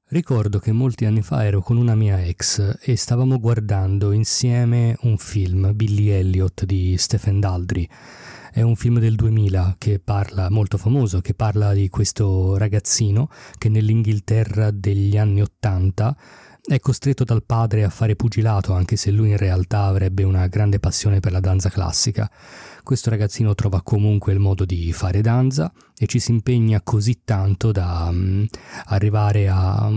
Ricordo che molti anni fa ero con una mia ex e stavamo guardando insieme un film, Billy Elliot di Stephen Daldry. È un film del 2000 che parla, molto famoso, che parla di questo ragazzino che nell'Inghilterra degli anni '80 è costretto dal padre a fare pugilato, anche se lui in realtà avrebbe una grande passione per la danza classica. Questo ragazzino trova comunque il modo di fare danza e ci si impegna così tanto da arrivare a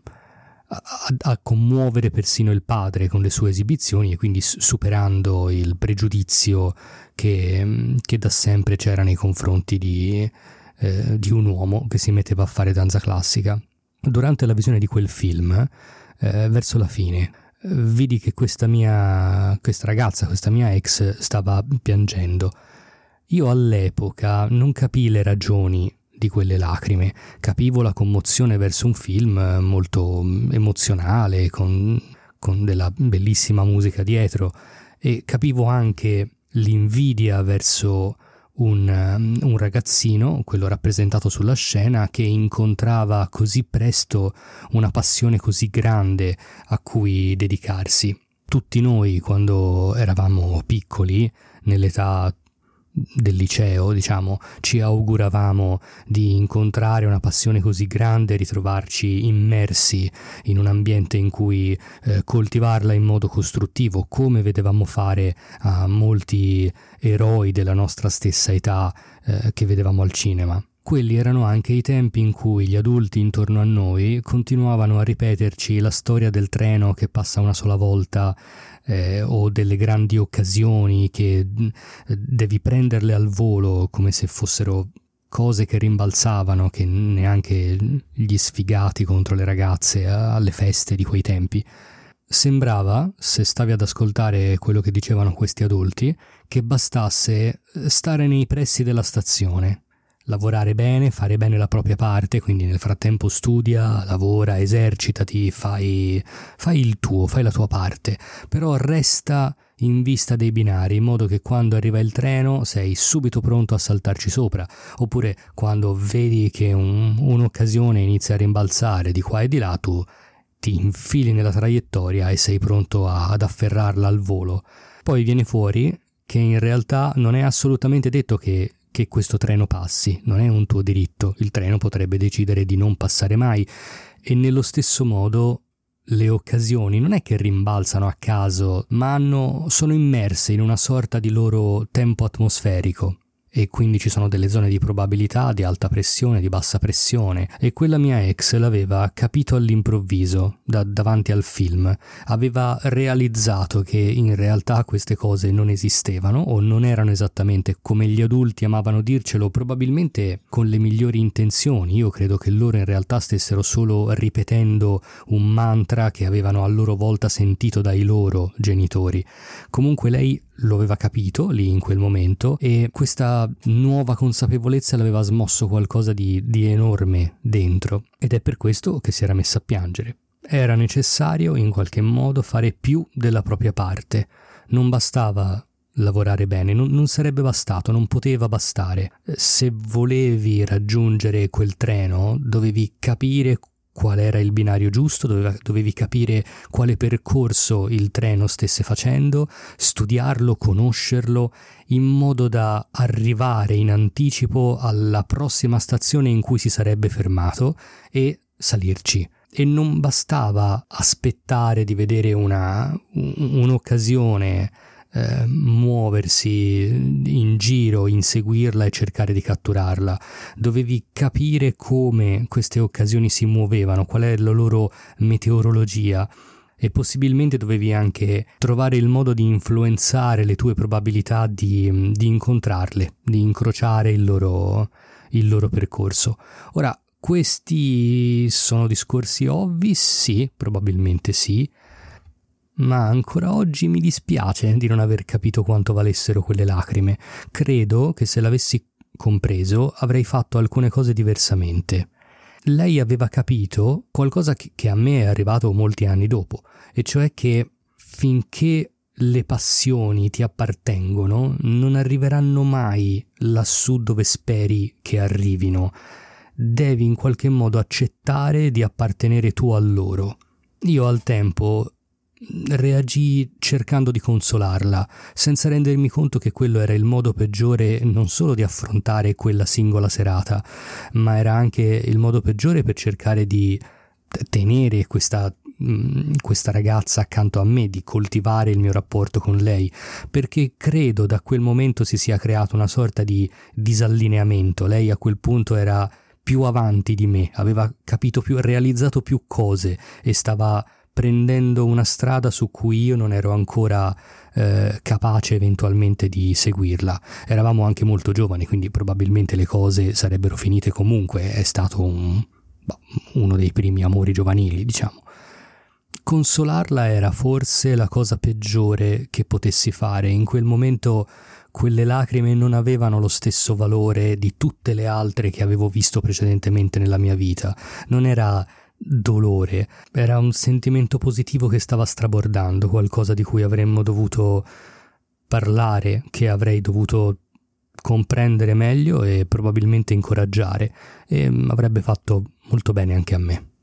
commuovere persino il padre con le sue esibizioni, e quindi superando il pregiudizio che da sempre c'era nei confronti di un uomo che si metteva a fare danza classica. Durante la visione di quel film, verso la fine, vidi che questa mia ex stava piangendo. Io all'epoca non capii le ragioni di quelle lacrime, capivo la commozione verso un film molto emozionale con della bellissima musica dietro, e capivo anche l'invidia verso un ragazzino, quello rappresentato sulla scena, che incontrava così presto una passione così grande a cui dedicarsi. Tutti noi, quando eravamo piccoli, nell'età del liceo, diciamo, ci auguravamo di incontrare una passione così grande, ritrovarci immersi in un ambiente in cui coltivarla in modo costruttivo, come vedevamo fare a molti eroi della nostra stessa età che vedevamo al cinema. Quelli erano anche i tempi in cui gli adulti intorno a noi continuavano a ripeterci la storia del treno che passa una sola volta, o delle grandi occasioni che devi prenderle al volo come se fossero cose che rimbalzavano, che neanche gli sfigati contro le ragazze alle feste di quei tempi. Sembrava, se stavi ad ascoltare quello che dicevano questi adulti, che bastasse stare nei pressi della stazione, lavorare bene, fare bene la propria parte, quindi nel frattempo studia, lavora, esercitati, fai il tuo, fai la tua parte, però resta in vista dei binari, in modo che quando arriva il treno sei subito pronto a saltarci sopra, oppure quando vedi che un'occasione inizia a rimbalzare di qua e di là, tu ti infili nella traiettoria e sei pronto ad afferrarla al volo. Poi viene fuori che in realtà non è assolutamente detto che questo treno passi, non è un tuo diritto, il treno potrebbe decidere di non passare mai, e nello stesso modo le occasioni non è che rimbalzano a caso, ma sono immerse in una sorta di loro tempo atmosferico, e quindi ci sono delle zone di probabilità, di alta pressione, di bassa pressione, e quella mia ex l'aveva capito all'improvviso, davanti al film. Aveva realizzato che in realtà queste cose non esistevano, o non erano esattamente come gli adulti amavano dircelo, probabilmente con le migliori intenzioni. Io credo che loro in realtà stessero solo ripetendo un mantra che avevano a loro volta sentito dai loro genitori. Comunque lei lo aveva capito lì in quel momento, e questa nuova consapevolezza l'aveva smosso qualcosa di enorme dentro, ed è per questo che si era messa a piangere. Era necessario in qualche modo fare più della propria parte. Non bastava lavorare bene, non sarebbe bastato, non poteva bastare. Se volevi raggiungere quel treno, dovevi capire qual era il binario giusto, dovevi capire quale percorso il treno stesse facendo, studiarlo, conoscerlo, in modo da arrivare in anticipo alla prossima stazione in cui si sarebbe fermato e salirci. E non bastava aspettare di vedere un'occasione muoversi in giro, inseguirla e cercare di catturarla. Dovevi capire come queste occasioni si muovevano, qual è la loro meteorologia, e possibilmente dovevi anche trovare il modo di influenzare le tue probabilità di incontrarle, di incrociare il loro percorso. Ora, questi sono discorsi ovvi? Sì, probabilmente sì, ma ancora oggi mi dispiace di non aver capito quanto valessero quelle lacrime. Credo che se l'avessi compreso avrei fatto alcune cose diversamente. Lei aveva capito qualcosa che a me è arrivato molti anni dopo, e cioè che finché le passioni ti appartengono non arriveranno mai lassù dove speri che arrivino. devi in qualche modo accettare di appartenere tu a loro. Io al tempo reagii cercando di consolarla, senza rendermi conto che quello era il modo peggiore non solo di affrontare quella singola serata, ma era anche il modo peggiore per cercare di tenere questa ragazza accanto a me, di coltivare il mio rapporto con lei, perché credo da quel momento si sia creato una sorta di disallineamento. Lei a quel punto era più avanti di me, aveva capito più, realizzato più cose e stava prendendo una strada su cui io non ero ancora capace eventualmente di seguirla. Eravamo anche molto giovani, quindi probabilmente le cose sarebbero finite comunque. È stato uno dei primi amori giovanili, diciamo. Consolarla era forse la cosa peggiore che potessi fare. In quel momento quelle lacrime non avevano lo stesso valore di tutte le altre che avevo visto precedentemente nella mia vita. Non era dolore, era un sentimento positivo che stava strabordando, qualcosa di cui avremmo dovuto parlare, che avrei dovuto comprendere meglio e probabilmente incoraggiare, e avrebbe fatto molto bene anche a me.